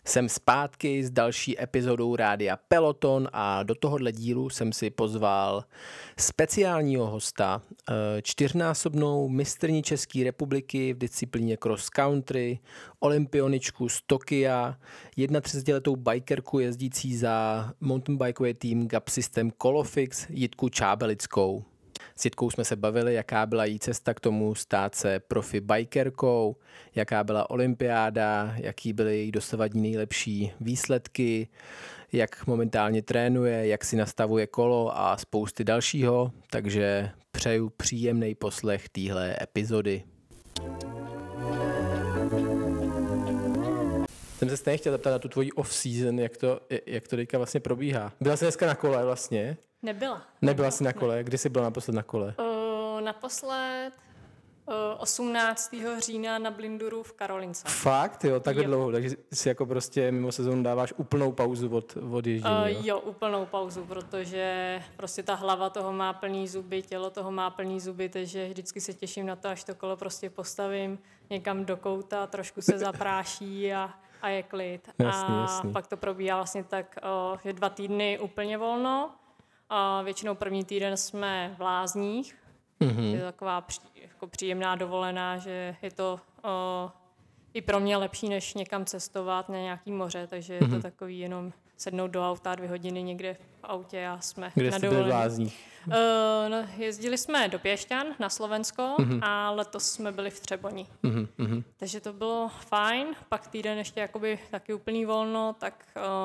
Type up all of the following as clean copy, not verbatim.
Jsem zpátky s další epizodou Rádia Peloton a do tohohle dílu jsem si pozval speciálního hosta, čtyřnásobnou mistryni České republiky v disciplíně cross country, olympioničku z Tokia, 31letou bikerku jezdící za mountainbikový tým GAP System Colofix Jitku Čábelickou. S Jitkou jsme se bavili, jaká byla jí cesta k tomu stát se profi bikerkou, jaká byla olympiáda, jaký byly její dosavadní nejlepší výsledky, jak momentálně trénuje, jak si nastavuje kolo a spousty dalšího, takže přeju příjemný poslech téhle epizody. Jsem se stejně chtěl zeptat na tu tvoji off-season, jak to teďka vlastně probíhá. Byla jsi dneska na kole vlastně? Nebyla jsi na kole? Kdy jsi byla naposled na kole? Naposled 18. října na Blinduru v Karolince. Fakt? Jo, takhle dlouho. Takže si jako prostě mimo sezónu dáváš úplnou pauzu od ježdění, jo, úplnou pauzu, protože prostě ta hlava toho má plný zuby, tělo toho má plný zuby, takže vždycky se těším na to, až to kolo prostě postavím někam do kouta, trošku se zapráší a je klid. Jasný. Pak to probíhá vlastně tak, že 2 týdny úplně volno. A většinou první týden jsme v Lázních. Je to taková jako příjemná dovolená, že je to i pro mě lepší, než někam cestovat na nějaký moře, takže je to takový jenom sednout do auta 2 hodiny někde v autě a jsme Kde na jste byli v dovolené. Lázních? Jezdili jsme do Piešťan na Slovensko a letos jsme byli v Třeboni. Takže to bylo fajn. Pak týden ještě jakoby taky úplný volno, tak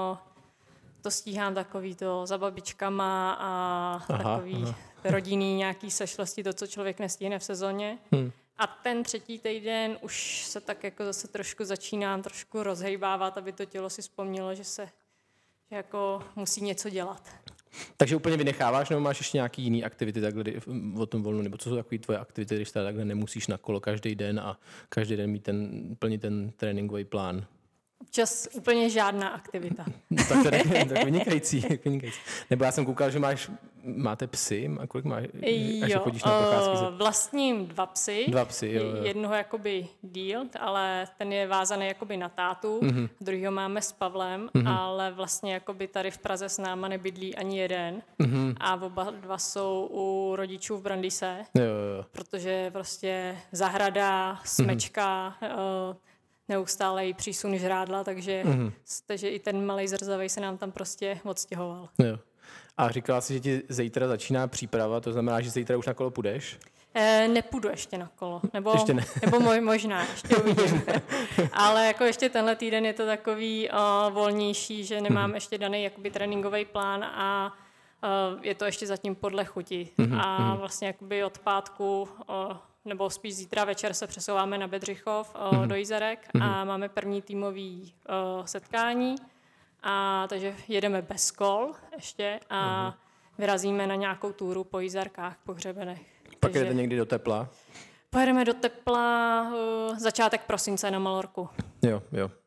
to stíhám takový to za babičkama a takový rodinný nějaký sešlosti, to, co člověk nestihne v sezóně. A ten 3. týden už se tak jako zase začínám trošku rozhejbávat, aby to tělo si vzpomnělo, že jako musí něco dělat. Takže úplně vynecháváš, nebo máš ještě nějaký jiný aktivity takhle o tom volnu, nebo co jsou takové tvoje aktivity, když teda takhle nemusíš na kolo každý den a každý den mít plnit ten tréninkový plán? Občas úplně žádná aktivita. Tak to je vynikající. Nebo já jsem koukal, že máte psy, a kolik máš, až chodíš na procházky? Vlastním 2 psy. 2 psy, jo. Jednoho jakoby díl, ale ten je vázaný jakoby na tátu. Druhýho máme s Pavlem, ale vlastně jakoby tady v Praze s náma nebydlí ani jeden. A oba 2 jsou u rodičů v Brandýse. Jo. Protože prostě zahrada, smečka, neustále jí přísun žrádla, takže i ten malej zrzavej se nám tam prostě odstěhoval. Jo. A říkala jsi, že ti zítra začíná příprava, to znamená, že zítra už na kolo půjdeš? Nepůjdu ještě na kolo, Ještě ne. nebo možná, ještě uvidím. Ale jako ještě tenhle týden je to takový volnější, že nemám ještě daný jakoby tréninkový plán a je to ještě zatím podle chuti. A vlastně jakoby od pátku nebo spíš zítra večer se přesouváme na Bedřichov do Jizerek a máme první týmový setkání. Takže jedeme bez kol ještě a vyrazíme na nějakou túru po Jizerkách, po hřebenech. Pak jdete někdy do tepla? Pojedeme do tepla začátek prosince na Malorku. Jo.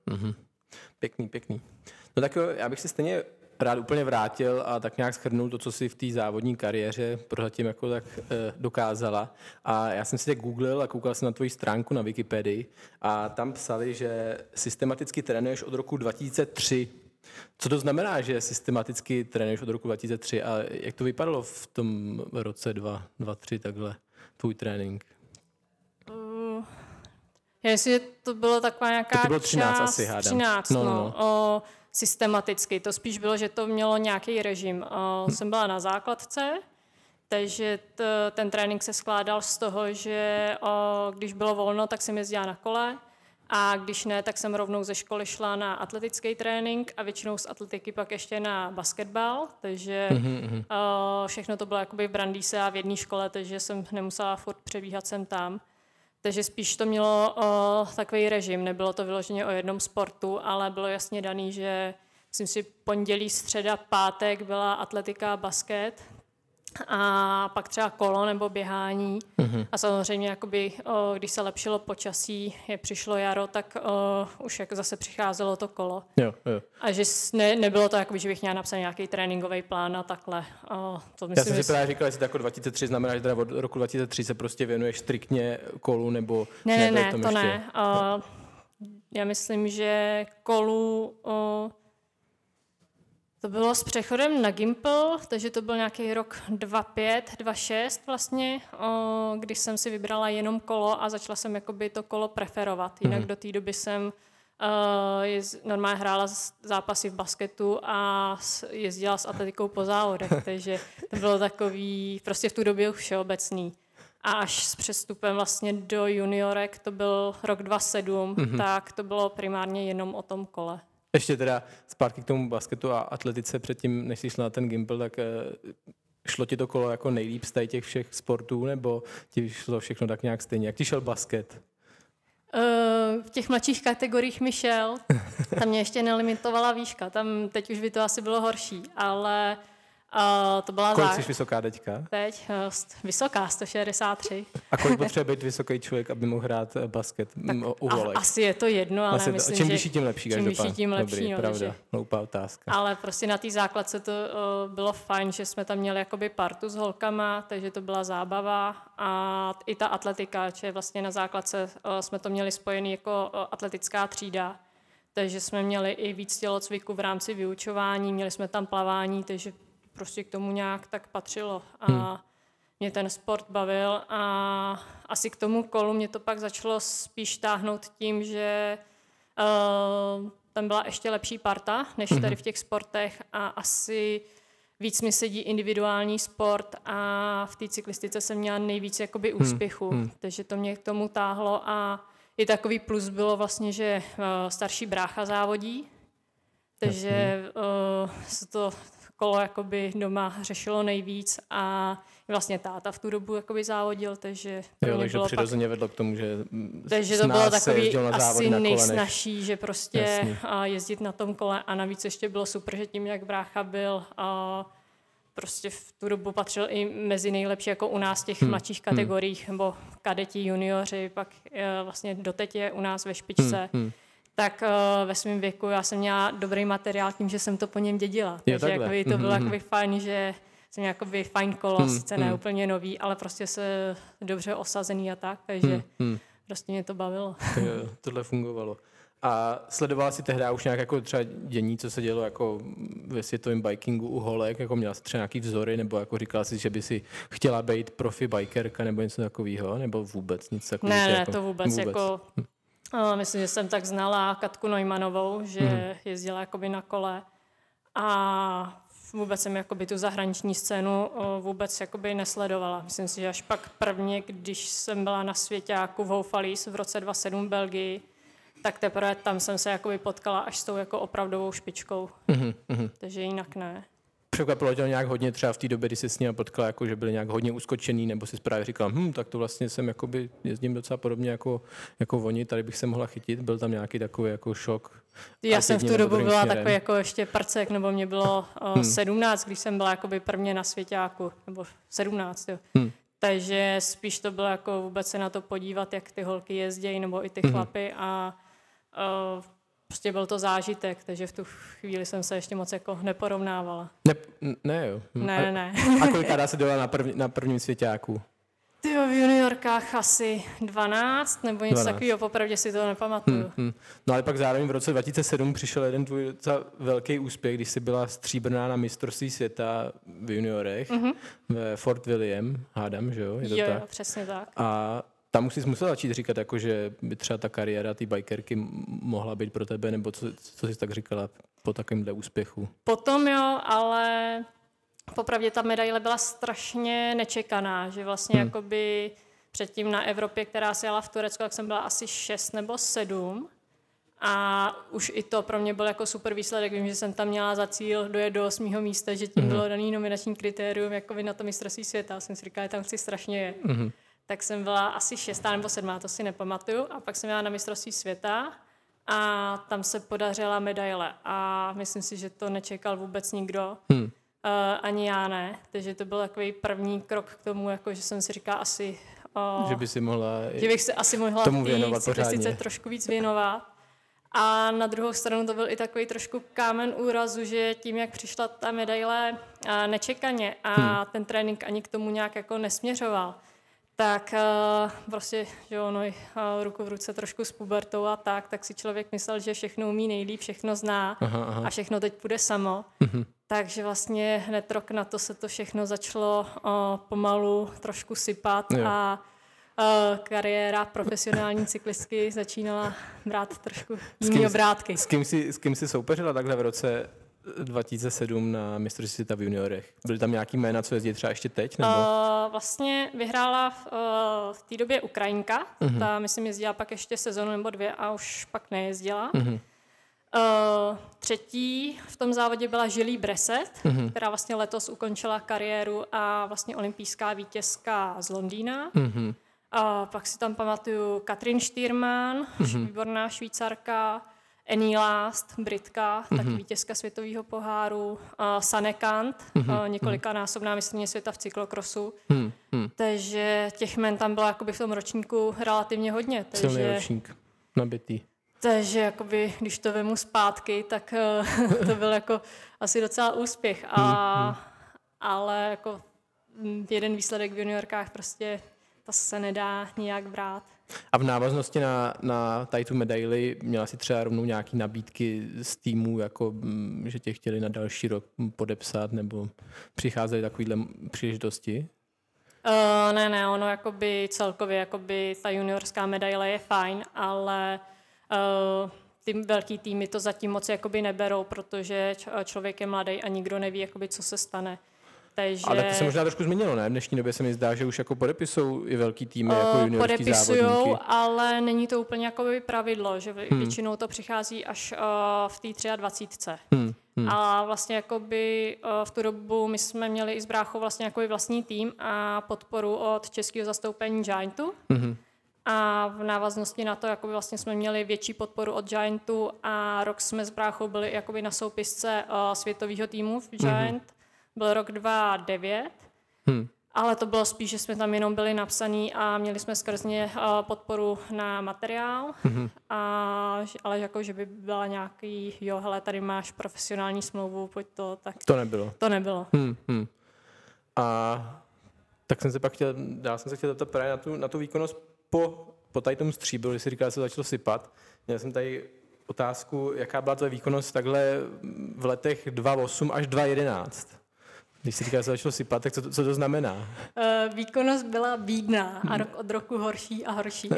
Pěkný. No tak jo, já bych si stejně rád úplně vrátil a tak nějak shrnul to, co si v té závodní kariéře prozatím jako tak dokázala. A já jsem si tak googlil a koukal jsem na tvoji stránku na Wikipedii a tam psali, že systematicky trénuješ od roku 2003. Co to znamená, že systematicky trénuješ od roku 2003 a jak to vypadalo v tom roce 2003 takhle, tvůj trénink? Jestli to bylo taková nějaká to bylo 13 asi, hádám. 13, systematicky. To spíš bylo, že to mělo nějaký režim. Jsem byla na základce, takže ten trénink se skládal z toho, že když bylo volno, tak jsem jezdila na kole a když ne, tak jsem rovnou ze školy šla na atletický trénink a většinou z atletiky pak ještě na basketbal, takže všechno to bylo jakoby v Brandýse a v jedné škole, takže jsem nemusela furt přebíhat sem tam. Takže spíš to mělo takový režim, nebylo to vyloženě o jednom sportu, ale bylo jasně daný, že myslím si pondělí, středa, pátek byla atletika, basket a pak třeba kolo nebo běhání. A samozřejmě, jakoby, když se lepšilo počasí, přišlo jaro, tak už jako zase přicházelo to kolo. Jo. A že nebylo to, jakoby, že bych měla napsat nějaký tréninkový plán a takhle. To myslím, já jsem si právě říkal, jestli to jako 2003 znamená, že teda od roku 2003 se prostě věnuješ striktně kolu, nebo... Ne, to ještě... ne. Já myslím, že kolu to bylo s přechodem na Gimpl, takže to byl nějaký rok 2005, 2006 vlastně, když jsem si vybrala jenom kolo a začala jsem jakoby to kolo preferovat. Jinak do té doby jsem normálně hrála zápasy v basketu a jezdila s atletikou po závodech, takže to bylo takový, prostě v tu době už všeobecný. A až s přestupem vlastně do juniorek, to byl rok 2007, tak to bylo primárně jenom o tom kole. Ještě teda zpátky k tomu basketu a atletice předtím, než jsi šla na ten Gimpl, tak šlo ti to kolo jako nejlíp z těch všech sportů, nebo ti šlo všechno tak nějak stejně? Jak ti šel basket? V těch mladších kategoriích mi šel, tam mě ještě nelimitovala výška, tam teď už by to asi bylo horší, ale to byla Kolik jsi vysoká teďka? Teď vysoká, 163. A kolik potřebuje být vysoký člověk, aby mohl hrát basket u holek? Asi je to jedno, ale asi myslím, čím vyšší, tím lepší. Čím vyšší, tím lepší. Dobrý, no, pravda, hloupá otázka. Ale prostě na té základce to bylo fajn, že jsme tam měli jakoby partu s holkama, takže to byla zábava a i ta atletika, že vlastně na základce jsme to měli spojený jako atletická třída, takže jsme měli i víc tělocviku v rámci vyučování, měli jsme tam plavání, takže prostě k tomu nějak tak patřilo a mě ten sport bavil a asi k tomu kolu mě to pak začalo spíš táhnout tím, že tam byla ještě lepší parta než tady v těch sportech a asi víc mi sedí individuální sport a v té cyklistice jsem měla nejvíc jakoby úspěchu, takže to mě k tomu táhlo a i takový plus bylo vlastně, že starší brácha závodí, takže se to kolo jakoby doma řešilo nejvíc a vlastně táta v tu dobu jakoby závodil, takže takže přirozeně vedlo k tomu, že takže to bylo takový asi nejsnažší, že prostě jezdit na tom kole a navíc ještě bylo super, že tím, jak brácha byl prostě v tu dobu patřil i mezi nejlepší jako u nás v těch mladších kategoriích, nebo kadeti, junioři, pak vlastně doteď je u nás ve špičce. Tak ve svém věku já jsem měla dobrý materiál tím, že jsem to po něm dědila. Takže jakoby, to bylo jakoby fajn, že jsem měla jakoby fajn kolo, sice ne úplně nový, ale prostě se dobře osazený a tak, takže prostě mě to bavilo. Tohle fungovalo. A sledovala si tehdy už nějak jako třeba dění, co se dělo jako ve světovém bikingu u holek, jako měla jsi třeba nějaký vzory, nebo jako říkala si, že by si chtěla být profi bikerka nebo něco takového, nebo vůbec nic takového? Ne, to vůbec. Jako myslím, že jsem tak znala Katku Neumannovou, že jezdila jakoby na kole a vůbec jsem jakoby tu zahraniční scénu vůbec jakoby nesledovala. Myslím si, že až pak prvně, když jsem byla na svěťáku v Houffalize v roce 2007 v Belgii, tak teprve tam jsem se jakoby potkala až s tou jako opravdovou špičkou. Takže jinak ne. Překvapilo tě nějak hodně třeba v té době, kdy jsi s ním potkala, jako, že byli nějak hodně uskočený, nebo si právě říkala, tak to vlastně jsem jakoby jezdím docela podobně jako oni, tady bych se mohla chytit, byl tam nějaký takový jako šok. Já jsem v tu dobu byla takový jako ještě prcek, nebo mě bylo 17, když jsem byla jakoby prvně na svěťáku, nebo 17, jo. Takže spíš to bylo jako vůbec se na to podívat, jak ty holky jezdějí, nebo i ty chlapy a prostě byl to zážitek, takže v tu chvíli jsem se ještě moc jako neporovnávala. Ne, jo. Ne. A kolikrát se dělala na prvním svěťáku? Tyjo, v juniorkách asi 12, nebo něco takového, popravdě si to nepamatuju. No ale pak zároveň v roce 2007 přišel jeden tvůj docela velký úspěch, když jsi byla stříbrná na mistrovství světa v juniorech ve Fort William, hádám, že jo? Je to jo, tak? Přesně tak. A tam už jsi musela začít říkat, jako, že by třeba ta kariéra té bikerky mohla být pro tebe, nebo co jsi tak říkala po takovémhle úspěchu? Potom jo, ale popravdě ta medaile byla strašně nečekaná, že vlastně jakoby předtím na Evropě, která se jela v Turecku, tak jsem byla asi 6 nebo 7 a už i to pro mě byl jako super výsledek. Vím, že jsem tam měla za cíl dojet do 8. místa, že tím bylo daný nominační kritérium jakoby na to mistrovství světa. Jsem si říkala, že tam chci strašně jet. Tak jsem byla asi 6. nebo 7. to si nepamatuju a pak jsem jela na mistrovství světa a tam se podařila medaile a myslím si, že to nečekal vůbec nikdo. Ani já ne, takže to byl takový první krok k tomu, jako, že jsem si říkala asi, že bych se asi mohla té cyklistice trošku víc věnovat. A na druhou stranu to byl i takový trošku kámen úrazu, že tím, jak přišla ta medaile nečekaně a ten trénink ani k tomu nějak jako nesměřoval, tak prostě, že ono ruku v ruce trošku s pubertou a tak si člověk myslel, že všechno umí nejlíp, všechno zná a všechno teď půjde samo. Takže vlastně hned rok na to se to všechno začalo pomalu trošku sypat a kariéra profesionální cyklistky začínala brát trošku jiný obrátky. S kým jsi soupeřila takhle v roce 2007 na mistrovství světa v juniorech? Byly tam nějaký jména, co jezdí třeba ještě teď? Nebo? Vlastně vyhrála v té době Ukrajinka, ta myslím jezdila pak ještě sezonu nebo 2 a už pak nejezdila. Třetí v tom závodě byla Julie Bresset, která vlastně letos ukončila kariéru a vlastně olympijská vítězka z Londýna. A pak si tam pamatuju Katrin Stiermann, výborná Švýcarka, Annie Last, Britka, taky vítězka světového poháru, Sanne Kant, několikanásobná mistryně světa v cyklokrosu. Takže těch men tam bylo jakoby v tom ročníku relativně hodně. Silný ročník, nabitý. Takže jakoby, když to vemu zpátky, tak to byl jako asi docela úspěch. Ale jako jeden výsledek v juniorkách prostě to se nedá nijak brát. A v návaznosti na tady tu medaili měla si třeba rovnou nějaký nabídky z týmů, jako že tě chtěli na další rok podepsat, nebo přicházely takovýhle příležitosti? Ne, ono jakoby celkově jakoby ta juniorská medaile je fajn, ale ty velký týmy to zatím moc jakoby neberou, protože člověk je mladý a nikdo neví, jakoby, co se stane. Takže... Ale to se možná trošku změnilo, ne? V dnešní době se mi zdá, že už jako podepisou i velký týmy jako juniorský závodníky. Ale není to úplně jakoby pravidlo, že většinou to přichází až v té 23. A vlastně jakoby v tu dobu my jsme měli i s bráchou vlastně jakoby vlastní tým a podporu od českého zastoupení Giantu. A v návaznosti na to jakoby vlastně jsme měli větší podporu od Giantu a rok jsme s bráchou byli jakoby na soupisce světového týmu v Giant. Byl rok 2009, ale to bylo spíš, že jsme tam jenom byli napsaný a měli jsme skrz ně podporu na materiál, ale jako, že by byla nějaký, jo, hele, tady máš profesionální smlouvu, pojď to, tak... To nebylo. To nebylo. A tak jsem se pak chtěl zeptat právě na tu výkonnost po tady tomu stříbru, když jsi říkal, že se začalo sypat. Měl jsem tady otázku, jaká byla tvoje výkonnost takhle v letech 2008 až 2011? Když si říká, že se začalo sypat, tak co to znamená? Výkonnost byla bídná a rok od roku horší a horší.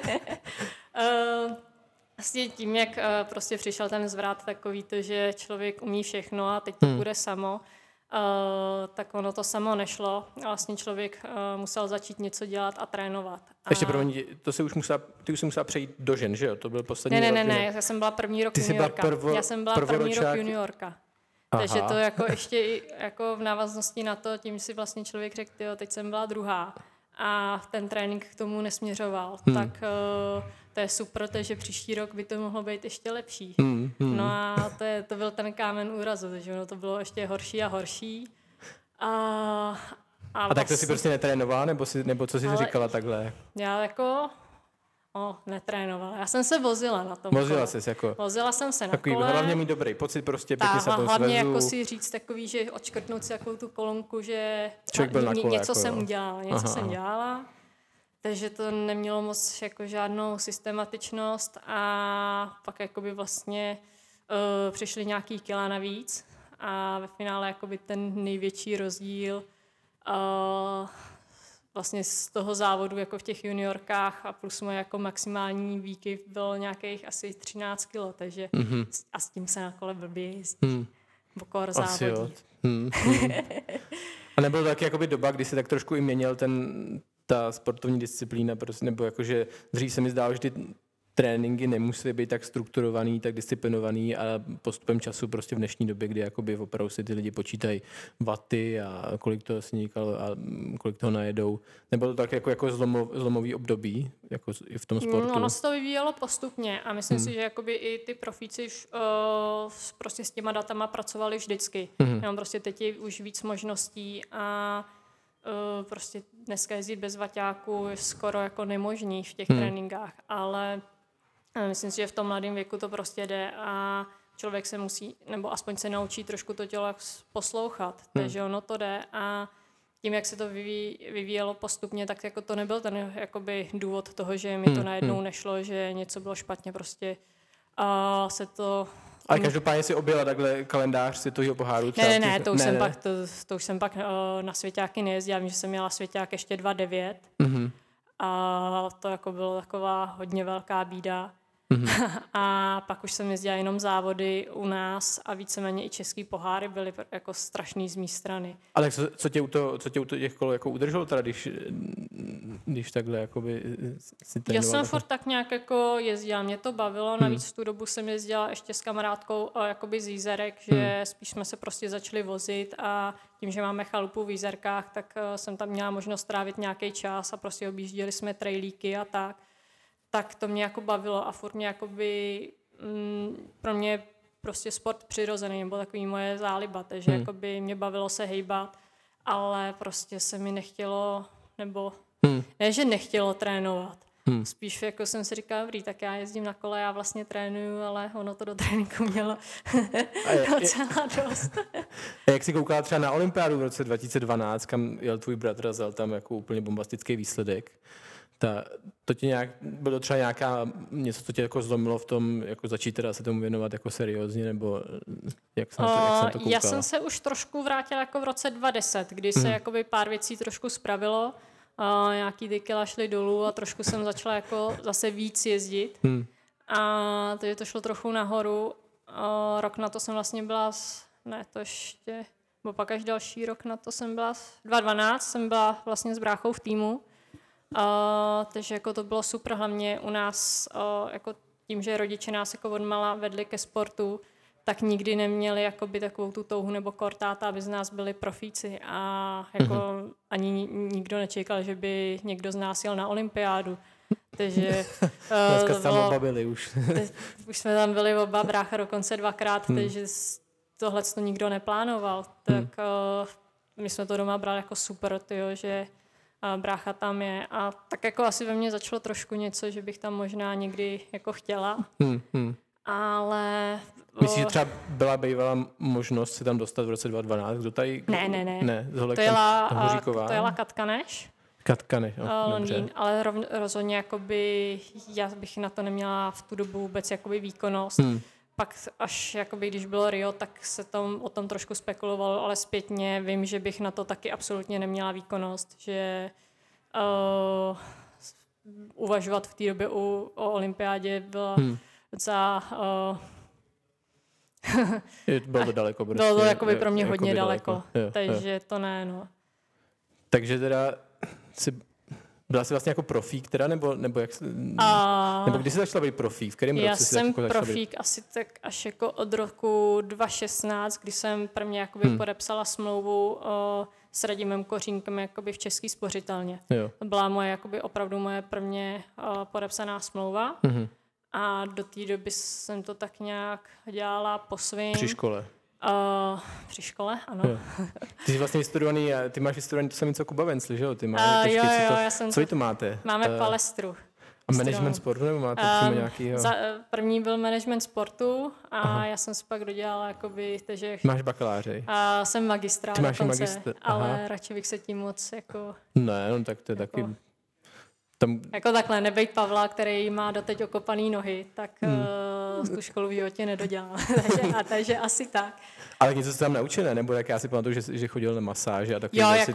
Vlastně tím, jak prostě přišel ten zvrat takový to, že člověk umí všechno a teď to bude samo, tak ono to samo nešlo. Vlastně člověk musel začít něco dělat a trénovat. Ještě promiň, ty už si musela přejít do žen, že jo? To byl poslední rok. Ne, já jsem byla první rok juniorka. Já jsem byla první rok juniorka. Takže to jako ještě jako v návaznosti na to, tím si vlastně člověk řekl, jo, teď jsem byla druhá a ten trénink k tomu nesměřoval. Tak to je super, takže příští rok by to mohlo být ještě lepší. No a to byl ten kámen úrazu, takže ono to bylo ještě horší a horší. A tak to si prostě netrénovala, nebo co jsi říkala takhle? Já jako... netrénovala. Já jsem se vozila na tom. Vozila jsem se na kole. Hlavně mít dobrý pocit, prostě pěkně se tom hlavně svezu. jako si říct takový, že odškrtnout si takovou tu kolonku, že něco jako jsem udělala, jsem dělala. Takže to nemělo moc jako žádnou systematičnost a pak jakoby vlastně přišly nějaký kila navíc a ve finále jakoby ten největší rozdíl vlastně z toho závodu jako v těch juniorkách a plus moje jako maximální výkyv bylo nějakých asi 13 kilo, takže a s tím se na kole blbě jezdí. Bokor závodí. A nebylo to taky jakoby doba, kdy se tak trošku i měnil ta sportovní disciplína, prostě, nebo jakože dřív se mi zdálo, že ty tréninky nemusely být tak strukturovaný, tak disciplinovaný a postupem času prostě v dnešní době, kdy jakoby opravdu si ty lidi počítají waty a kolik toho sníkal a kolik toho najedou. Nebylo to tak jako zlomový období jako i v tom sportu? Ono se to vyvíjelo postupně a myslím si, že jakoby i ty profíci prostě s těma datama pracovali vždycky. Jenom prostě teď je už víc možností a prostě dneska jezdit bez vaťáku je skoro jako nemožný v těch tréninkách, ale myslím si, že v tom mladém věku to prostě jde a člověk se musí, nebo aspoň se naučí trošku to tělo poslouchat, takže ono to jde a tím, jak se to vyvíjelo postupně, tak jako to nebyl ten jakoby důvod toho, že mi to najednou nešlo, že něco bylo špatně, prostě a se to... Ale každopádně si objela takhle kalendář světového poháru? Ne, to už jsem pak na svěťáky nejezdila, vím, že jsem měla svěťák ještě 2,9 a to jako bylo taková hodně velká bída. A pak už jsem jezdila jenom závody u nás a víceméně i český poháry byly jako strašný z mé strany. Ale co tě u těch kol jako udrželo teda, když takhle jakoby si trénoval? Já jsem furt tak nějak jako jezdila, mě to bavilo, navíc v tu dobu jsem jezdila ještě s kamarádkou jakoby z Jízerek, že spíš jsme se prostě začali vozit a tím, že máme chalupu v Jízerkách, tak jsem tam měla možnost trávit nějaký čas a prostě objížděli jsme trailíky a tak to mě jako bavilo a furt mě jakoby, pro mě prostě sport přirozený, nebo takový moje záliba, takže jakoby mě bavilo se hejbat, ale prostě se mi nechtělo, nebo ne, že nechtělo trénovat. Spíš jako jsem si říkala, dobrý, tak já jezdím na kole, já vlastně trénuju, ale ono to do tréninku mělo docela dost. A jak jsi koukala třeba na olympiádu v roce 2012, kam jel tvůj bratr a vzal tam jako úplně bombastický výsledek, to tě bylo třeba něco, co tě jako zlomilo v tom, jako začít teda se tomu věnovat jako seriózně, nebo jak se na to koukala? Já jsem se už trošku vrátila jako v roce 2010, kdy se jakoby pár věcí trošku spravilo, nějaký ty kila šly dolů a trošku jsem začala jako zase víc jezdit. A takže to šlo trochu nahoru. Rok na to jsem vlastně byla, pak až další rok na to jsem byla, 2012 jsem byla vlastně s bráchou v týmu. Takže jako to bylo super, hlavně u nás, jako tím, že rodiče nás jako odmala vedli ke sportu, tak nikdy neměli jakoby takovou tu touhu nebo kortáta, aby z nás byli profíci a jako ani nikdo nečekal, že by někdo z nás jel na olympiádu. Takže dneska se tam oba byli už. Už jsme tam byli oba, brácha dokonce 2krát, takže tohle to nikdo neplánoval. Tak my jsme to doma brali jako super, tyjo, že brácha tam je a tak jako asi ve mně začalo trošku něco, že bych tam možná někdy jako chtěla, ale... Myslíš, že třeba byla bývala možnost se tam dostat v roce 2012? Kdo tady... Ne. To jela Katka Neš. Katka Neš, dobře. Ale rozhodně jakoby, já bych na to neměla v tu dobu vůbec jakoby výkonnost. Pak až jakoby, když bylo Rio, tak se o tom trošku spekulovalo, ale zpětně vím, že bych na to taky absolutně neměla výkonnost, že uvažovat v té době o olympiádě byla docela... bylo to daleko. Prostě, bylo to jakoby pro mě hodně daleko, takže to ne, no. Takže teda byla jsi vlastně jako profík teda, nebo jak nebo kdy jsi začala být profík? V kterém roce já jsi jsem jako profík asi tak až jako od roku 2016, kdy jsem prvně jakoby podepsala smlouvu s Radimem Kořínkem jakoby v České spořitelně. Jo. To byla opravdu moje prvně podepsaná smlouva. A do té doby jsem to tak nějak dělala po svým. Při škole? Při škole, ano. Jo. Ty jsi vlastně vystudovaný, ty máš vystudovaný to samé, co Kuba Vencli, že jo? Ty máš co vy to máte? Máme palestru. A management sportu, nebo máte přímo nějakýho? První byl management sportu a já jsem si pak dodělala jakoby, takže... Máš bakaláře? Jsem magistrát dokonce, ale radši bych se tím moc jako... Ne, no tak to je taky... Tam... Jako takhle, nebejt Pavla, který má doteď okopaný nohy, tak tu školu v životě nedodělal. takže asi tak. Ale něco se tam naučil, ne? Nebo jak já si pamatuju, že chodil na masáže a takový věci.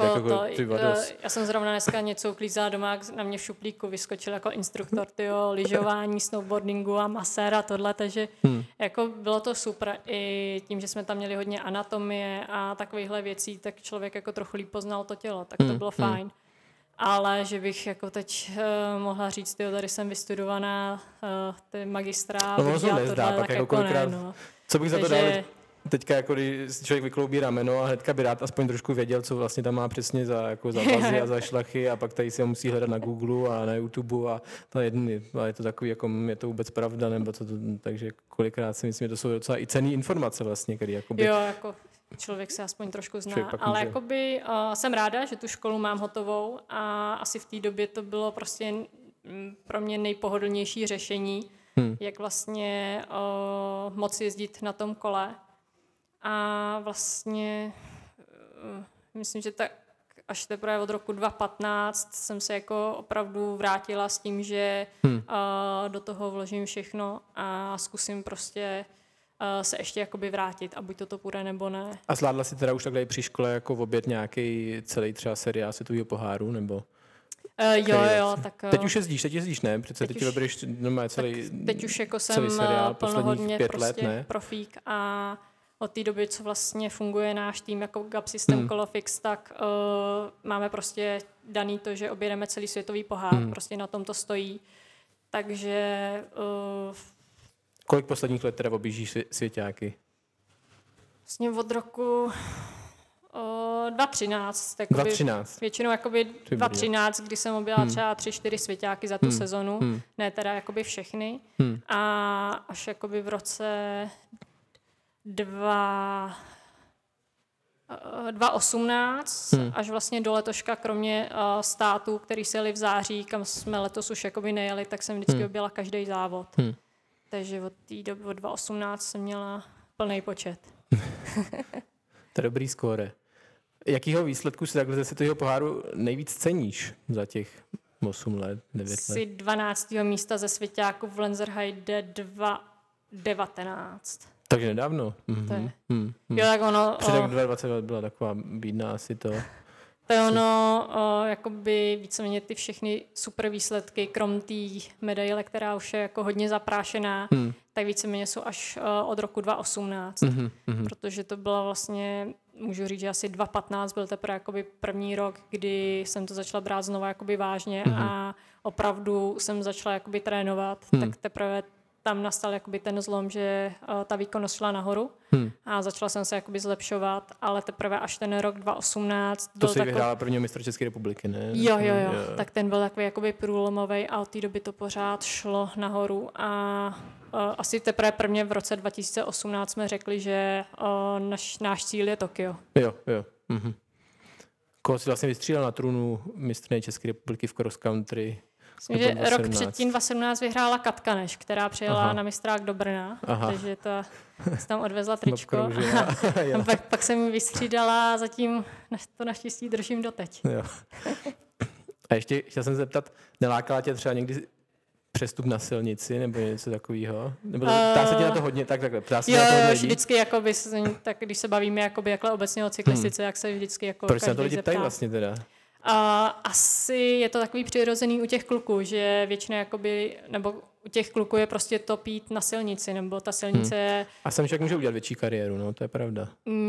Já jsem zrovna dneska něco uklízela doma, na mě v šuplíku vyskočil jako instruktor lyžování, snowboardingu a masér a tohle, takže jako bylo to super. I tím, že jsme tam měli hodně anatomie a takovýchhle věcí, tak člověk jako trochu líp poznal to tělo, tak to bylo fajn. Ale že bych jako teď mohla říct, tady jsem vystudovaná, ty magistra, bych dělala tohle, tak jako ne. No. Co bych za to dal teďka, jako když si člověk vykloubí rameno a hnedka by rád aspoň trošku věděl, co vlastně tam má přesně za vazy a za šlachy a pak tady si ho musí hledat na Google a na YouTube a je to takový, jako je to vůbec pravda, nebo co to, takže kolikrát si myslím, že to jsou docela i cenné informace vlastně, které jakoby... Jo, jako člověk se aspoň trošku zná, ale jakoby jsem ráda, že tu školu mám hotovou a asi v té době to bylo prostě pro mě nejpohodlnější řešení, jak vlastně moc jezdit na tom kole. A vlastně myslím, že tak až teprve od roku 2015 jsem se jako opravdu vrátila s tím, že do toho vložím všechno a zkusím prostě se ještě jakoby vrátit a buď to půjde nebo ne. A zvládla si teda už takhle při škole jako obět nějaký celý třeba seriál světového poháru, nebo? Jo, tak... Teď už jezdíš, ne? Přece teď vybereš teď už jako celý jsem seriál, plnohodně 5 prostě let, ne? profík a od té doby, co vlastně funguje náš tým jako GAP System Colofix, tak máme prostě daný to, že objedeme celý světový pohár, prostě na tom to stojí. Takže... Kolik posledních let teda objíždíš svěťáky? Vlastně od roku 2013. 2013. Většinou jakoby 2013, kdy jsem objela třeba 3-4 svěťáky za tu sezonu. Ne teda jakoby všechny. A až jakoby v roce 2018, až vlastně do letoška, kromě států, který se jeli v září, kam jsme letos už jakoby nejeli, tak jsem vždycky objela každý závod. Takže od té doby, od 2018 jsem měla plný počet. To je dobrý skóre. Jakýho výsledku si takhle ze světového poháru nejvíc ceníš za těch 8 let, 9 let? Asi 12. místa ze svěťáku v Lenzerheide 2019. Takže nedávno. To je. Jo, tak ono... Před 2020 byla taková bídná asi to. To je ono, jakoby víceméně ty všechny super výsledky, krom té medaile, která už je jako hodně zaprášená, tak víceméně jsou až od roku 2018. Protože to byla vlastně, můžu říct, že asi 2015 byl teprve jakoby první rok, kdy jsem to začala brát znova jakoby vážně a opravdu jsem začala jakoby trénovat, tak teprve tam nastal jakoby ten zlom, že ta výkonnost šla nahoru a začala jsem se jakoby zlepšovat, ale teprve až ten rok 2018 to jsi vyhrála prvního mistra České republiky, ne? Jo. Tak ten byl takový jakoby průlomovej a od té doby to pořád šlo nahoru a asi teprve prvně v roce 2018 jsme řekli, že náš cíl je Tokio. Jo. Koho jsi vlastně vystřídal na trůnu mistryně České republiky v cross country? Myslím, že rok předtím 2017 vyhrála Katka Neš, která přijela na mistrák do Brna, takže ta si tam odvezla tričko. pak jsem ji vystřídala, zatím to naštěstí držím doteď. Jo. A ještě chtěl jsem se zeptat, nelákala tě třeba někdy přestup na silnici nebo něco takového? Nebo ptá se tě na to hodně? Takhle. Jo, vždycky, jakoby, tak když se bavíme jakoby, jakhle obecně o cyklistice, jak se vždycky jako proč se na to lidi ptají vlastně teda? Asi je to takový přirozený u těch kluků, že většinou jakoby, nebo u těch kluků je prostě top jít na silnici, nebo ta silnice je... A jsem však může udělat větší kariéru, no, to je pravda.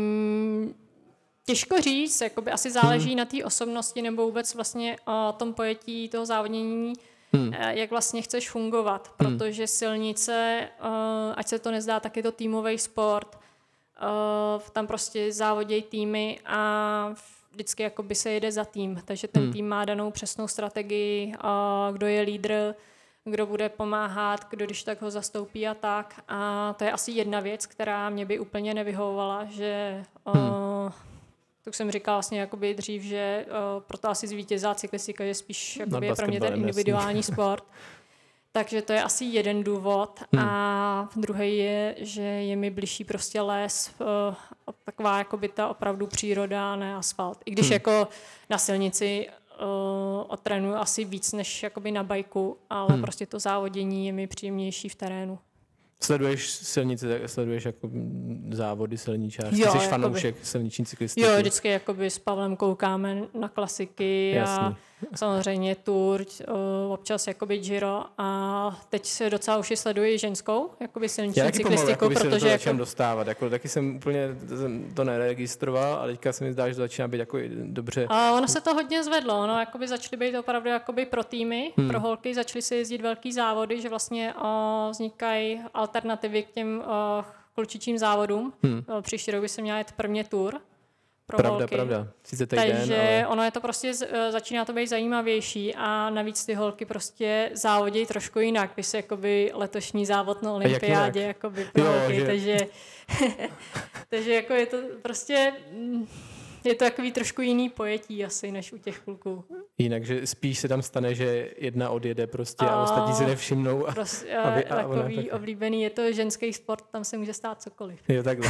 Těžko říct, jakoby asi záleží na té osobnosti, nebo vůbec vlastně o tom pojetí toho závodnění, jak vlastně chceš fungovat, protože silnice, ať se to nezdá, tak je to týmový sport, tam prostě závodějí týmy a vždycky jakoby se jede za tým, takže ten tým má danou přesnou strategii, kdo je lídr, kdo bude pomáhat, kdo když tak ho zastoupí a tak. A to je asi jedna věc, která mě by úplně nevyhovovala, že to jsem říkala vlastně jakoby dřív, že proto asi zvítězá cyklistika, že spíš jakoby je pro mě ten individuální sport. Takže to je asi jeden důvod. A druhý je, že je mi bližší prostě les, taková jakoby ta opravdu příroda, ne asfalt. I když jako na silnici odtrénuju asi víc než jakoby na bajku, ale prostě to závodění je mi příjemnější v terénu. Sleduješ silnice, sleduješ jako závody silničářské? Jsi fanoušek silniční cyklistiky? Jo, vždycky jakoby s Pavlem koukáme na klasiky. Jasný. A samozřejmě Tour, občas jakoby Giro a teď se docela už i sleduji ženskou jakoby silniční cyklistiku, protože jako dostávat. Jako, taky jsem úplně to neregistroval, ale teďka se mi zdá, že to začíná být jako dobře. A ono se to hodně zvedlo, no, jakoby začaly být opravdu jakoby pro týmy, pro holky, začaly se jezdit velký závody, že vlastně vznikají alternativy k těm klučičím závodům. Příští rok by se měla jet prvně Tour. Pravda. Takže ono je to prostě, začíná to být zajímavější a navíc ty holky prostě závodějí trošku jinak, když se jakoby letošní závod na olympiádě jakoby pro holky, takže jako je to prostě je to takový trošku jiný pojetí asi, než u těch kluků. Jinak, že spíš se tam stane, že jedna odjede prostě a ostatní si nevšimnou. Takový oblíbený je to ženský sport, tam se může stát cokoliv. Jo, takhle.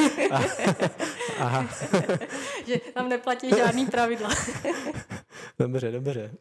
Aha. Že tam neplatí žádný pravidla. Dobře.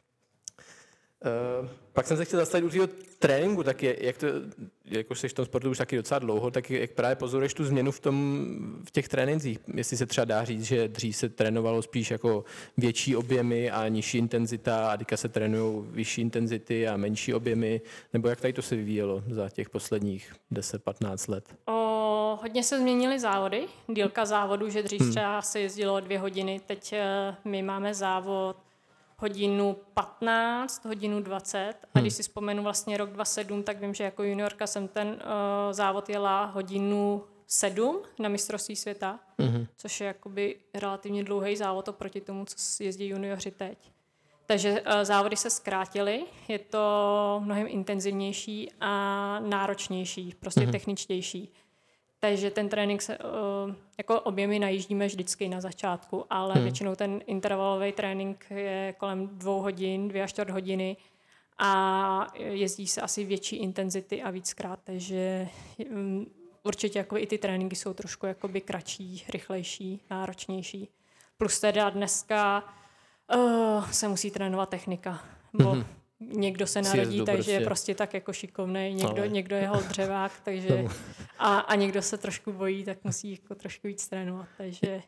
Pak jsem se chtěl zastavit u tvýho tréninku, tak jak to, jakož jsi v tom sportu už taky docela dlouho, tak jak právě pozoruješ tu změnu v těch trénincích? Jestli se třeba dá říct, že dřív se trénovalo spíš jako větší objemy a nižší intenzita a teďka se trénují vyšší intenzity a menší objemy, nebo jak tady to se vyvíjelo za těch posledních 10-15 let? Hodně se změnily závody, dílka závodu, že dřív třeba se jezdilo 2 hodiny, teď my máme závod hodinu 15, hodinu 20 a když si vzpomenu vlastně rok 2007, tak vím, že jako juniorka jsem ten závod jela hodinu 7 na mistrovství světa, což je jakoby relativně dlouhý závod oproti tomu, co jezdí junioři teď. Takže závody se zkrátily, je to mnohem intenzivnější a náročnější, prostě techničtější. Takže ten trénink se, jako objemy najíždíme vždycky na začátku, ale většinou ten intervalový trénink je kolem 2 hodin, 2 až 4 hodiny a jezdí se asi větší intenzity a víckrát, takže určitě jako i ty tréninky jsou trošku jakoby kratší, rychlejší, náročnější. Plus teda dneska se musí trénovat technika, bo někdo se narodí, takže je prostě tak jako šikovnej, někdo je holdřevák, takže a někdo se trošku bojí, tak musí jako trošku víc trénovat. Takže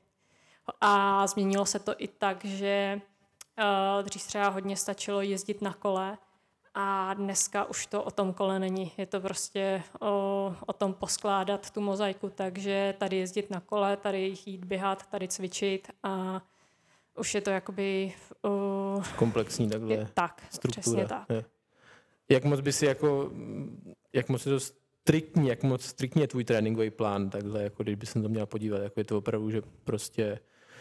a změnilo se to i tak, že dřív třeba hodně stačilo jezdit na kole a dneska už to o tom kole není. Je to prostě o tom poskládat tu mozaiku, takže tady jezdit na kole, tady jít běhat, tady cvičit a už je to jakoby komplexní takhle tak, struktura. Přesně tak. Je. Jak moc by si jak moc je to striktní, jak moc striktně je tvůj tréninkový plán takhle, jako když by se to měl podívat, jako je to opravdu, že prostě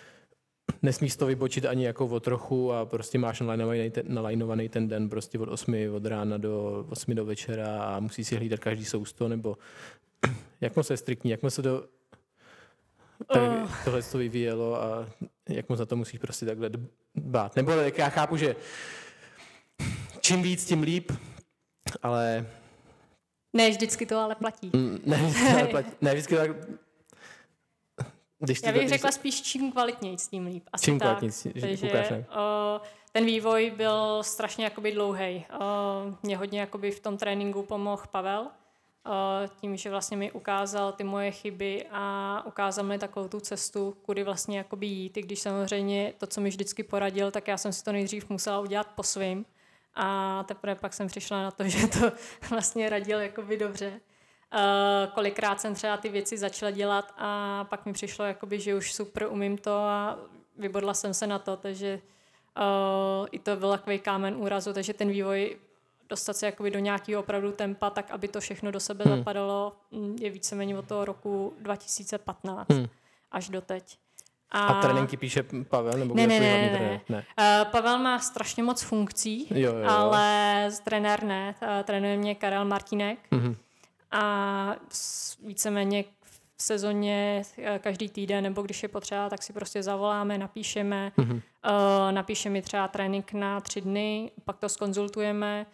nesmíš to vybočit ani jako o trochu a prostě máš nalajnovaný ten den prostě od 8 od rána do 8 do večera a musíš si hlídat každý sousto, nebo jak moc je striktní, jak moc se to tohle to vyvíjelo a jak moc za to musíš prostě takhle dbát. Nebo já chápu, že čím víc, tím líp, ale... Ne, vždycky to ale platí. Ne, vždycky tak... Já bych řekla spíš čím kvalitněji, tím líp. Asi čím tak. Takže ten vývoj byl strašně jakoby dlouhej. Mě hodně jakoby v tom tréninku pomohl Pavel, tím, že vlastně mi ukázal ty moje chyby a ukázal mi takovou tu cestu, kudy vlastně jakoby jít. I když samozřejmě to, co mi vždycky poradil, tak já jsem si to nejdřív musela udělat po svým. A teprve pak jsem přišla na to, že to vlastně radil jakoby dobře. Kolikrát jsem třeba ty věci začala dělat a pak mi přišlo, jakoby, že už super umím to a vybodla jsem se na to, takže i to byl takový kámen úrazu, takže ten vývoj dostat se jakoby do nějakého opravdu tempa, tak aby to všechno do sebe zapadalo, je víceméně od toho roku 2015 až do teď. A tréninky píše Pavel? Nebo ne. Pavel má strašně moc funkcí, ale trenér ne. Trénuje mě Karel Martínek. A víceméně v sezóně každý týden, nebo když je potřeba, tak si prostě zavoláme, napíšeme. Napíše mi třeba trénink na 3 dny, pak to zkonzultujeme.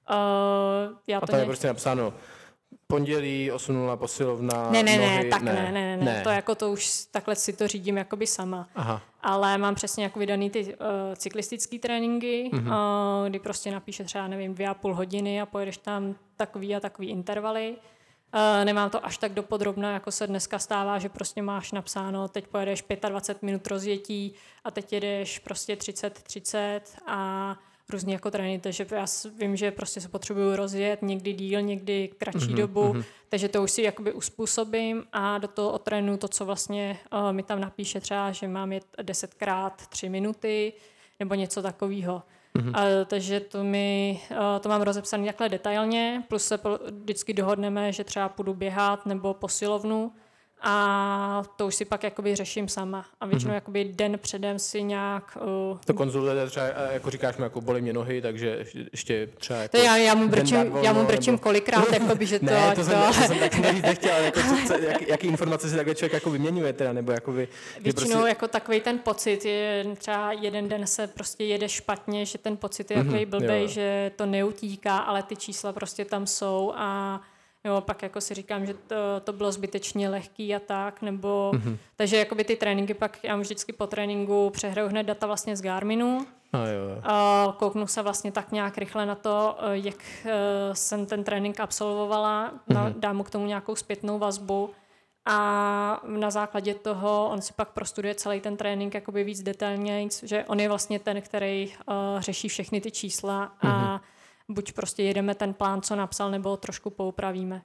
A to je prostě napsáno pondělí, 8:00 posilovna, Ne. To jako to už takhle si to řídím jakoby sama. Aha. Ale mám přesně jako vydaný ty cyklistický tréninky, kdy prostě napíše třeba, nevím, 2,5 hodiny a pojedeš tam takový a takový intervaly. Nemám to až tak dopodrobna, jako se dneska stává, že prostě máš napsáno, teď pojedeš 25 minut rozjetí a teď jedeš prostě 30 a různě jako trénink, takže já vím, že prostě se potřebuju rozjet někdy díl, někdy kratší dobu, takže to už si jakoby uspůsobím a do toho otrénu to, co vlastně mi tam napíše třeba, že mám jet 10x3 minuty nebo něco takového. Takže to mám rozepsané takhle detailně, plus se vždycky dohodneme, že třeba půjdu běhat nebo posilovnu A to už si pak jakoby řeším sama. A většinou jakoby den předem si nějak... To konzultujete třeba, jako říkáš mi, jako bolí mě nohy, takže ještě třeba... Jako to já mu brečím kolikrát, jakoby, že to... Ne, to jsem taky nechtěl, ale jako, jaký informace si takhle člověk jako vyměňuje teda, nebo jakoby... Většinou prostě... jako takový ten pocit, je třeba jeden den se prostě jede špatně, že ten pocit je takový blbej, že to neutíká, ale ty čísla prostě tam jsou a... Jo, pak jako si říkám, že to bylo zbytečně lehký a tak, nebo... Takže jakoby ty tréninky pak, já vždycky po tréninku přehraju hned data vlastně z Garminu. Kouknu se vlastně tak nějak rychle na to, jak jsem ten trénink absolvovala, dám mu k tomu nějakou zpětnou vazbu a na základě toho on si pak prostuduje celý ten trénink jakoby víc detailně, že on je vlastně ten, který řeší všechny ty čísla a buď prostě jedeme ten plán, co napsal, nebo trošku poupravíme.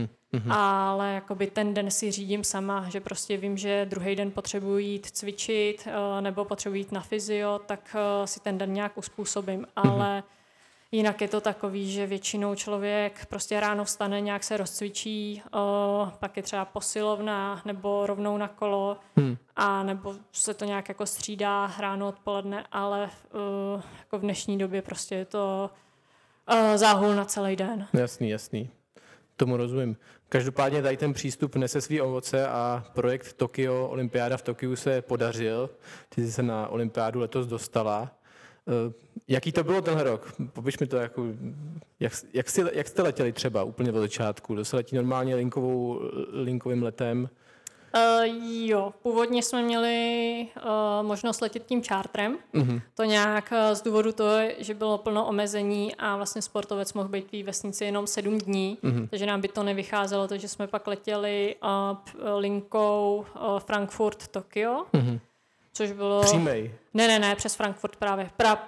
Ale jakoby ten den si řídím sama, že prostě vím, že druhý den potřebuji jít cvičit nebo potřebuji jít na fyzio, tak si ten den nějak uspůsobím. Ale jinak je to takový, že většinou člověk prostě ráno vstane, nějak se rozcvičí, pak je třeba posilovna nebo rovnou na kolo a nebo se to nějak jako střídá ráno odpoledne, ale jako v dnešní době prostě je to záhul na celý den. Jasný. Tomu rozumím. Každopádně tady ten přístup nese svý ovoce a projekt Tokio, olympiáda v Tokiu se podařil. Ty jsi se na olympiádu letos dostala. Jaký to bylo ten rok? Popiš mi to, jako, jak jste letěli třeba úplně od začátku? To se letí normálně linkovým letem? Jo, původně jsme měli možnost letět tím čártrem. To nějak z důvodu toho, že bylo plno omezení a vlastně sportovec mohl být v vesnici jenom 7 dní, takže nám by to nevycházelo, takže jsme pak letěli linkou Frankfurt-Tokio, což bylo... Přímej? Ne, přes Frankfurt právě.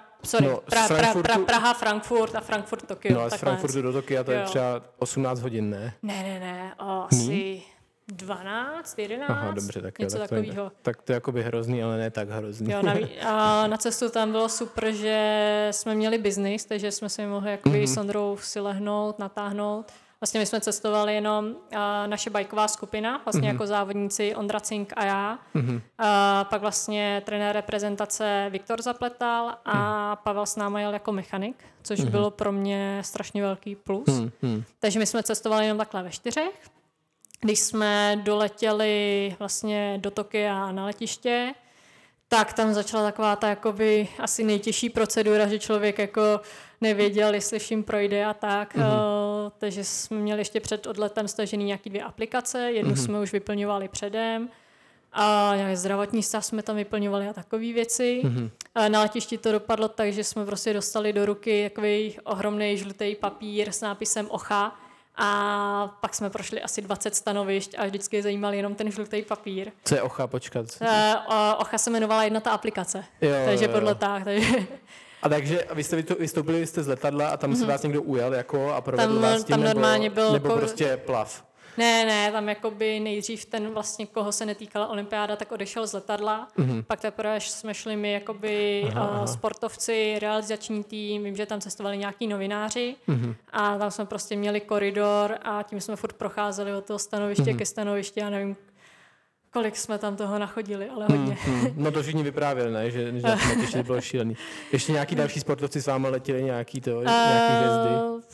Praha, Frankfurt a Frankfurt-Tokio. No a z Frankfurtu do Tokia to je třeba 18 hodin, ne? Ne, asi... 12, 11, Aha, dobře, tak něco takového. Tak to je jakoby hrozný, ale ne tak hrozný. Jo, a na cestu tam bylo super, že jsme měli biznis, takže jsme si mohli jakoby s Ondrou si lehnout, natáhnout. Vlastně my jsme cestovali jenom naše bajková skupina, vlastně jako závodníci Ondra Cink a já. Pak vlastně trenér reprezentace Viktor Zapletal a Pavel s náma jel jako mechanik, což bylo pro mě strašně velký plus. Takže my jsme cestovali jenom takhle ve 4. Když jsme doletěli vlastně do Tokia na letiště, tak tam začala taková ta jakoby asi nejtěžší procedura, že člověk jako nevěděl, jestli vším projde a tak. Takže jsme měli ještě před odletem stažený nějaký 2 aplikace. Jednu jsme už vyplňovali předem a nějaký zdravotní stav jsme tam vyplňovali a takové věci. Na letišti to dopadlo tak, že jsme prostě dostali do ruky takový ohromný žlutý papír s nápisem OCHA. A pak jsme prošli asi 20 stanovišť a vždycky zajímal jenom ten žlutý papír. Co je OCHA, počkat? OCHA se jmenovala jedna ta aplikace, takže podle tak. Takže... A takže vy jste vystoupili z letadla a tam se vás někdo ujel jako a provedl vás tím, nebo prostě plav? Ne, tam jakoby nejdřív ten vlastně, koho se netýkala olympiáda, tak odešel z letadla. Pak teprve jsme šli my jakoby sportovci, realizační tým, vím, že tam cestovali nějaký novináři a tam jsme prostě měli koridor a tím jsme furt procházeli od toho stanoviště ke stanovišti a nevím, kolik jsme tam toho nachodili, ale hodně. No to všichni vyprávěli, ne? Že na tom letišti bylo šílený. Ještě nějaký další sportovci s vámi letěli, nějaký hvězdy?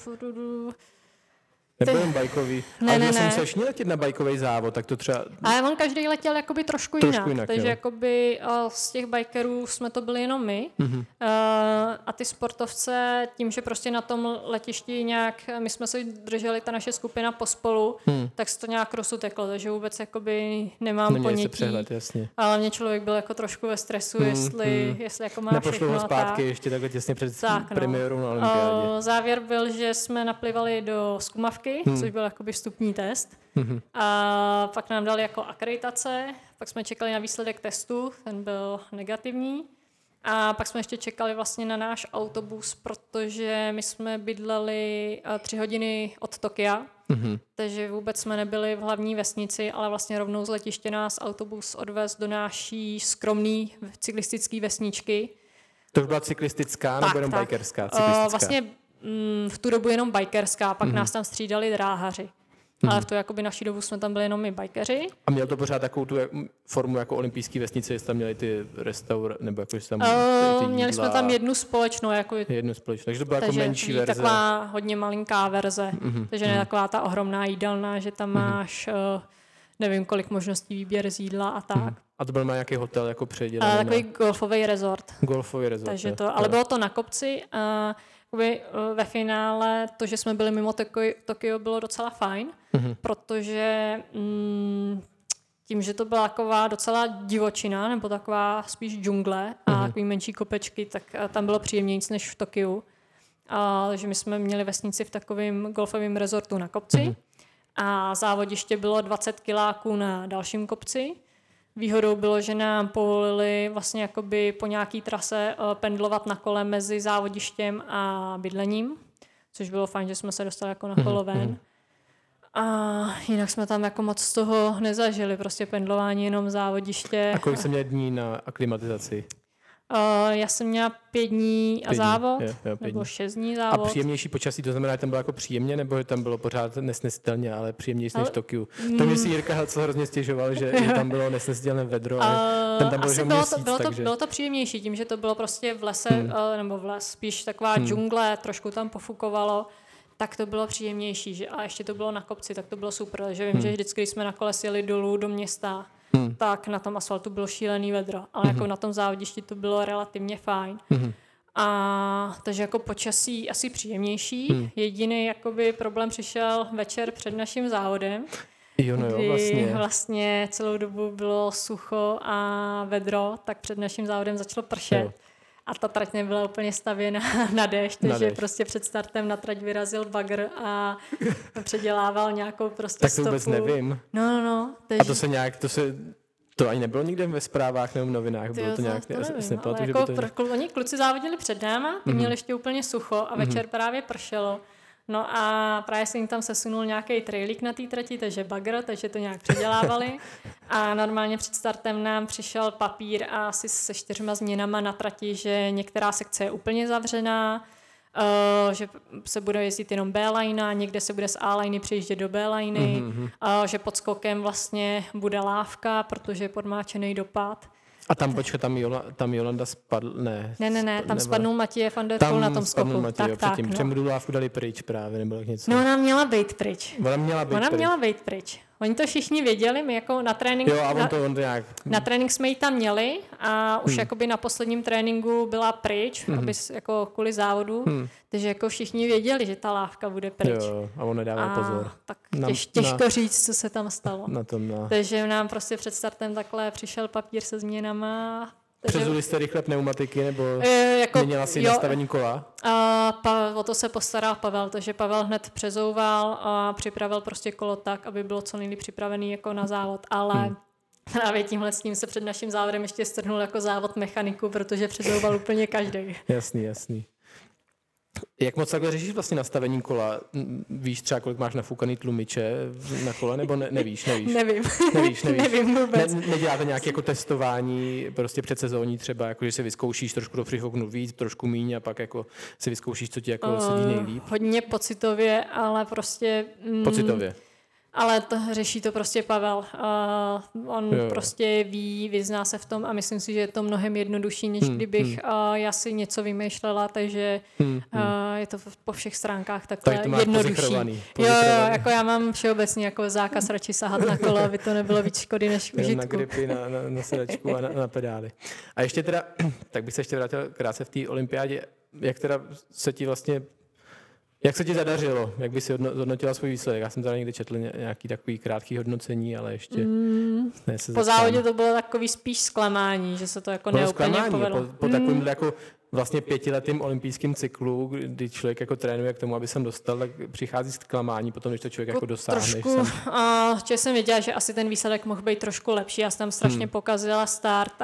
Nebo jen bajkový. Ale jsem se šli letět na bajkový závod, tak to třeba... Ale on každý letěl jakoby trošku jinak takže jakoby z těch bajkerů jsme to byli jenom my. A ty sportovce, tím, že prostě na tom letišti nějak, my jsme se drželi, ta naše skupina pospolu, tak se to nějak rozuteklo, takže vůbec jakoby nemám ponětí. Přehled, jasně. Ale mě člověk byl jako trošku ve stresu, jestli jako má všechno. Nepošlo ho zpátky ještě takhle těsně před premiérou na olympiádě. Závěr byl, že jsme naplivali do zkumavky, což byl jakoby vstupní test. A pak nám dali jako akreditace, pak jsme čekali na výsledek testu, ten byl negativní. A pak jsme ještě čekali vlastně na náš autobus, protože my jsme bydleli 3 hodiny od Tokia, takže vůbec jsme nebyli v hlavní vesnici, ale vlastně rovnou z letiště nás autobus odvez do naší skromné cyklistické vesničky. To už byla cyklistická nebo jenom bikerská? Cyklistická. Vlastně v tu dobu jenom bikerská, pak nás tam střídali dráhaři. ale v tu jakoby naší dobu jsme tam byli jenom my bajkeři. A měl to pořád takovou tu formu jako olympijské vesnice, jestli tam měli ty nebo jako, tam ty měli jsme tam jednu společnou. Jednu společnou, takže to byla jako menší verze. Taková hodně malinká verze, takže ne taková ta ohromná jídelna, že tam máš nevím kolik možností výběr z jídla a tak. A to byl nějaký hotel jako předělaný? Takový golfový resort. Golfový resort. Takže to, ale bylo to na kopci a ve finále to, že jsme byli mimo Tokio, bylo docela fajn, protože tím, že to byla taková docela divočina, nebo taková spíš džungle a takový menší kopečky, tak tam bylo příjemnějc než v Tokiu. Takže my jsme měli vesnici v takovém golfovém resortu na kopci a závodiště bylo 20 kiláků na dalším kopci. Výhodou bylo, že nám povolili vlastně jakoby po nějaký trase pendlovat na kole mezi závodištěm a bydlením, což bylo fajn, že jsme se dostali jako na kolo ven. A jinak jsme tam jako moc z toho nezažili, prostě pendlování jenom závodiště. A kolik jsi měl dní na aklimatizaci? Já jsem měla 5 dní a závod, nebo 6 dní závod. A příjemnější počasí, to znamená, že tam bylo jako příjemně, nebo že tam bylo pořád nesnesitelně, ale příjemnější než v Tokiu? To mě si Jirka Helcel hrozně stěžoval, že tam bylo nesnesitelné vedro, ale ten tam byl že měsíc, takže... Bylo to příjemnější tím, že to bylo prostě v lese, nebo v les, spíš taková džungle, trošku tam pofukovalo, tak to bylo příjemnější. A ještě to bylo na kopci, tak to bylo super. Že vím, že vždycky, když jsme na kole sjeli dolů do města, tak na tom asfaltu bylo šílený vedro, ale jako na tom závodišti to bylo relativně fajn. A takže jako počasí asi příjemnější. Jediný jakoby problém přišel večer před naším závodem, kdy vlastně celou dobu bylo sucho a vedro, tak před naším závodem začalo pršet. A ta trať nebyla úplně stavěna na déšť, takže prostě před startem na trať vyrazil bagr a předělával nějakou prostě tak stopu. Tak to vůbec nevím. No. Takže... A to ani nebylo nikde ve zprávách nebo v novinách? Bylo to nějak... Oni kluci závodili před náma, ty měli ještě úplně sucho a večer právě pršelo. No a právě se jim tam sesunul nějaký trailík na té trati, takže bagr, takže to nějak předělávali. A normálně před startem nám přišel papír a asi se 4 změnama na trati, že některá sekce je úplně zavřená, že se bude jezdit jenom B-line, někde se bude z A-liney přejíždět do B-liney, že pod skokem vlastně bude lávka, protože je podmáčený dopad. A tam, tam Jolanda spadl, ne. Ne, tam spadnul Matěj van der Poel na tom skoku. Matěj, předtím. Přemu tu lávku dali pryč právě, nebo tak něco. No, ona měla být pryč. Ona měla být pryč. Oni to všichni věděli, my jako na trénink... Jo, a on to nějak... Na trénink jsme ji tam měli a už jakoby na posledním tréninku byla pryč, aby jako kvůli závodu, takže jako všichni věděli, že ta lávka bude pryč. Jo, a on nedával pozor. Tak těžko říct, co se tam stalo. Na Takže nám prostě před startem takhle přišel papír se změnama. Přezuli jste rychle pneumatiky, nebo měnila si nastavení kola? O to se postaral Pavel, takže Pavel hned přezouval a připravil prostě kolo tak, aby bylo co nejlíp připravený jako na závod, ale právě tímhle s ním se před naším závodem ještě strhnul jako závod mechaniku, protože přezouval úplně každý. Jasný. Jak moc takhle řešíš vlastně nastavení kola? Víš třeba, kolik máš nafoukaný tlumiče na kole, nebo nevíš? Nevím vůbec. Neděláte nějaké jako testování prostě předsezónní třeba, jako že si vyzkoušíš trošku do přifouknu víc, trošku míň a pak jako si vyzkoušíš, co ti jako sedí nejlíp? Hodně pocitově, ale prostě... Pocitově? Ale to řeší to prostě Pavel. On prostě vyzná se v tom a myslím si, že je to mnohem jednodušší, než kdybych já si něco vymýšlela, takže je to po všech stránkách takhle jednodušší. Jo, jako já mám všeobecně jako zákaz radši sahat na kolo, aby to nebylo víc škody než užitku. Na gripy, na sedačku a na pedály. A ještě teda, tak bych se ještě vrátil krátce v té olympiádě, jak teda se ti vlastně jak se ti zadařilo? Jak by si hodnotila svůj výsledek? Já jsem tady někdy četl nějaký takový krátký hodnocení, ale ještě po závodě to bylo takový spíš zklamání, že se to jako neúplně povedlo. Po takovým jako vlastně 5letým olympijským cyklu, kdy člověk jako trénuje k tomu, aby jsem dostal, tak přichází zklamání potom, když to člověk jako dosáhne. Trošku, jsem věděla, že asi ten výsledek mohl být trošku lepší. Já jsem tam strašně pokazila start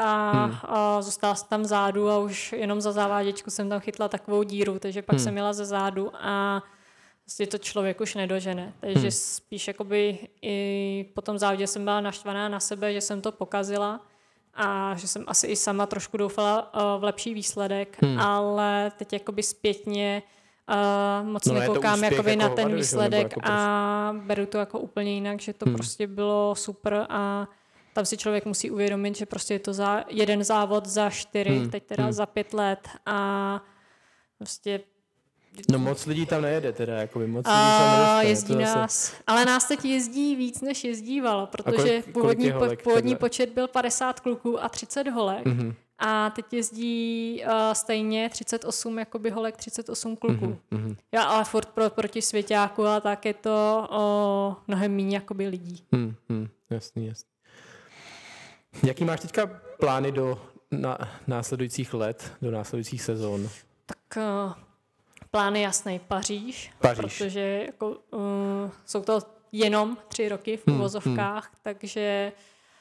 a zůstala jsem tam zádu a už jenom za záváděčku jsem tam chytla takovou díru, takže pak jsem jela ze zádu a vlastně to člověk už nedožene. Takže spíš jakoby i po tom závodě jsem byla naštvaná na sebe, že jsem to pokazila. A že jsem asi i sama trošku doufala v lepší výsledek, ale teď jakoby zpětně moc nekoukám jakoby na ten výsledek jako a beru to jako úplně jinak, že to prostě bylo super a tam si člověk musí uvědomit, že prostě je to za jeden závod za 4, teď teda za 5 let a prostě... No moc lidí tam nejede teda, jakoby moc lidí tam nedostane. Jezdí nás, ale nás teď jezdí víc, než jezdívalo, protože původní počet byl 50 kluků a 30 holek. A teď jezdí stejně 38 jakoby holek, 38 kluků. Já ale furt proti svěťáku a tak je to mnohem méně jakoby lidí. Jasný. Jaký máš teďka plány do následujících let, do následujících sezon? Tak plán je jasný, Paříž. Protože jako, jsou to jenom 3 roky v uvozovkách, takže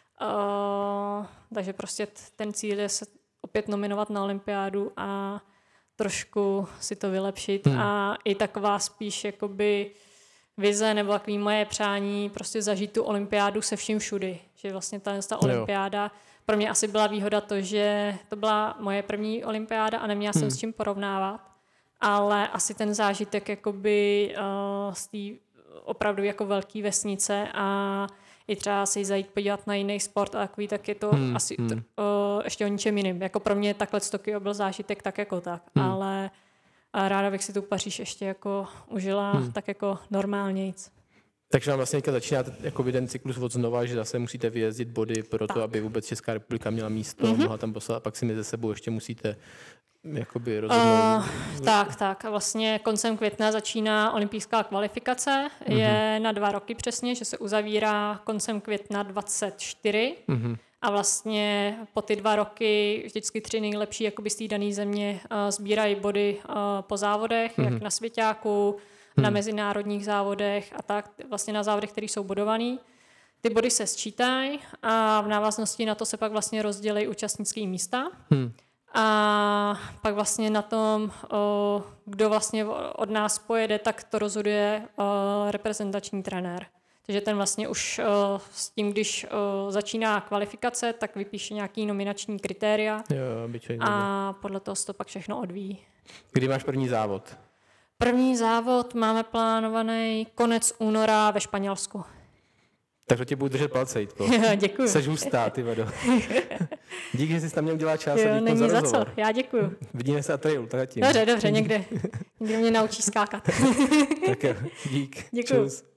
prostě ten cíl je se opět nominovat na olympiádu a trošku si to vylepšit a i taková spíš jakoby vize nebo takový moje přání prostě zažít tu olympiádu se vším všudy. Že vlastně ta olympiáda pro mě asi byla výhoda to, že to byla moje první olympiáda a neměla jsem s čím porovnávat, ale asi ten zážitek jakoby z té opravdu jako velké vesnice a i třeba si zajít podívat na jiný sport a takový, tak je to asi ještě o ničem jiným. Jako pro mě takhle z Tokio byl zážitek tak jako tak, ale ráda bych si tu Paříž ještě jako užila tak jako normálnějc. Takže vám vlastně začíná jakoby ten cyklus od znova, že zase musíte vyjezdit body pro to, aby vůbec Česká republika měla místo, mohla tam poslat a pak si mezi sebou ještě musíte jakoby rozhodnout. Tak. A vlastně koncem května začíná olympijská kvalifikace. Je na 2 roky přesně, že se uzavírá koncem května 24. A vlastně po ty 2 roky vždycky 3 nejlepší jakoby z té dané země sbírají body po závodech, jak na svěťáku, na mezinárodních závodech a tak, vlastně na závodech, které jsou bodovaný. Ty body se sčítají a v návaznosti na to se pak vlastně rozdělí účastnické místa. A pak vlastně na tom, kdo vlastně od nás pojede, tak to rozhoduje reprezentační trenér. Takže ten vlastně už s tím, když začíná kvalifikace, tak vypíše nějaký nominační kritéria a podle toho se to pak všechno odvíjí. Kdy máš první závod? První závod máme plánovaný konec února ve Španělsku. Tak to tě budu držet palce, Jitko. Děkuju. Seš hustá, ty vado. Díky, že jsi tam měl udělat čas a díky za rozhovor. Za co, já děkuju. Vidíme se na trailu, tak tím. Dobře, někde mě naučí skákat. Tak jo, dík. Děkuju. Čus.